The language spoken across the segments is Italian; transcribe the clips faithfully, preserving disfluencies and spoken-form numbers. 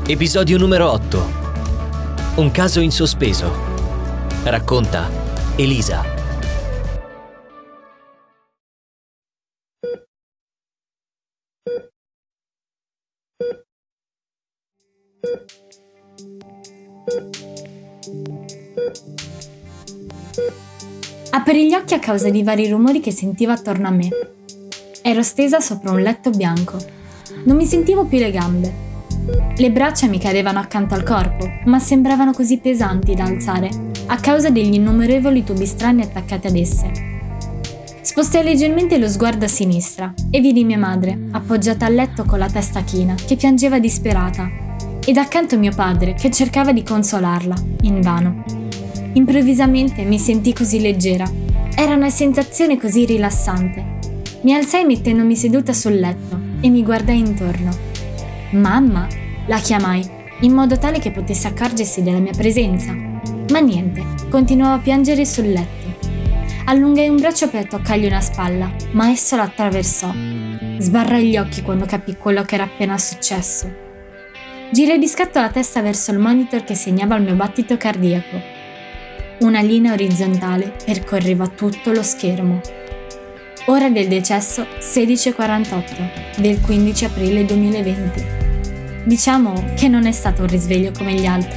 Episodio numero otto. Un caso in sospeso. Racconta Elisa. Aprì gli occhi a causa di vari rumori che sentivo attorno a me. Ero stesa sopra un letto bianco. Non mi sentivo più le gambe. Le braccia mi cadevano accanto al corpo, ma sembravano così pesanti da alzare, a causa degli innumerevoli tubi strani attaccati ad esse. Spostai leggermente lo sguardo a sinistra e vidi mia madre, appoggiata al letto con la testa china, che piangeva disperata, ed accanto mio padre, che cercava di consolarla, invano. Improvvisamente mi sentii così leggera. Era una sensazione così rilassante. Mi alzai mettendomi seduta sul letto e mi guardai intorno. Mamma, la chiamai, in modo tale che potesse accorgersi della mia presenza. Ma niente, continuavo a piangere sul letto. Allungai un braccio per toccargli una spalla, ma esso la attraversò. Sbarrai gli occhi quando capì quello che era appena successo. Girai di scatto la testa verso il monitor che segnava il mio battito cardiaco. Una linea orizzontale percorreva tutto lo schermo. Ora del decesso sedici e quarantotto del quindici aprile duemilaventi. Diciamo che non è stato un risveglio come gli altri.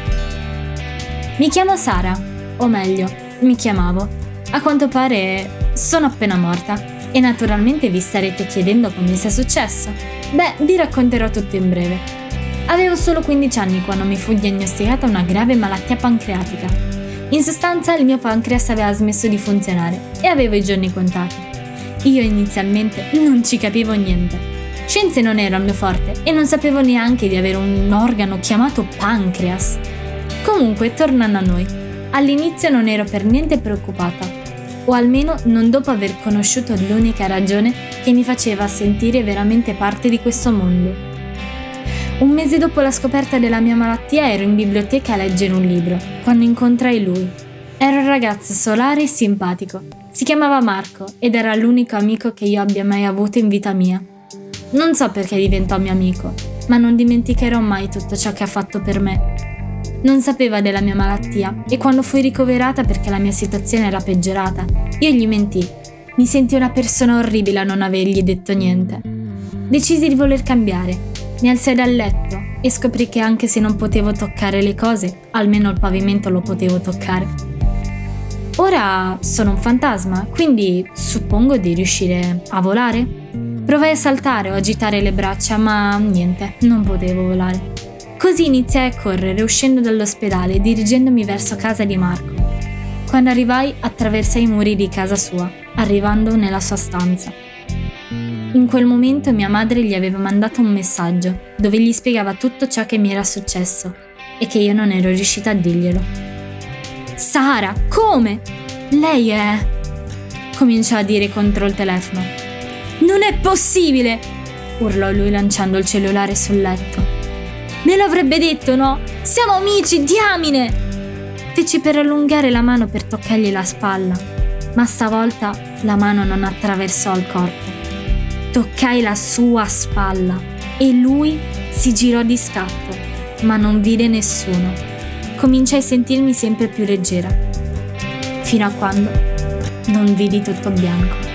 Mi chiamo Sara, o meglio, mi chiamavo. A quanto pare sono appena morta e naturalmente vi starete chiedendo come sia successo. Beh, vi racconterò tutto in breve. Avevo solo quindici anni quando mi fu diagnosticata una grave malattia pancreatica. In sostanza il mio pancreas aveva smesso di funzionare e avevo i giorni contati. Io inizialmente non ci capivo niente. Scienze non era il mio forte e non sapevo neanche di avere un organo chiamato pancreas. Comunque, tornando a noi, all'inizio non ero per niente preoccupata, o almeno non dopo aver conosciuto l'unica ragione che mi faceva sentire veramente parte di questo mondo. Un mese dopo la scoperta della mia malattia ero in biblioteca a leggere un libro, quando incontrai lui. Era un ragazzo solare e simpatico. Si chiamava Marco ed era l'unico amico che io abbia mai avuto in vita mia. Non so perché diventò mio amico, ma non dimenticherò mai tutto ciò che ha fatto per me. Non sapeva della mia malattia e quando fui ricoverata perché la mia situazione era peggiorata, io gli mentii. Mi sentii una persona orribile a non avergli detto niente. Decisi di voler cambiare. Mi alzai dal letto e scoprì che anche se non potevo toccare le cose, almeno il pavimento lo potevo toccare. Ora sono un fantasma, quindi suppongo di riuscire a volare? Provai a saltare o agitare le braccia, ma niente, non potevo volare. Così iniziai a correre uscendo dall'ospedale, dirigendomi verso casa di Marco. Quando arrivai, attraversai i muri di casa sua, arrivando nella sua stanza. In quel momento mia madre gli aveva mandato un messaggio, dove gli spiegava tutto ciò che mi era successo e che io non ero riuscita a dirglielo. Sara, come? Lei è... cominciò a dire contro il telefono. Non è possibile! Urlò lui lanciando il cellulare sul letto. Me lo avrebbe detto, no? Siamo amici, diamine! Feci per allungare la mano per toccargli la spalla, ma stavolta la mano non attraversò il corpo. Toccai la sua spalla e lui si girò di scatto, ma non vide nessuno. Cominciai a sentirmi sempre più leggera, fino a quando non vidi tutto bianco.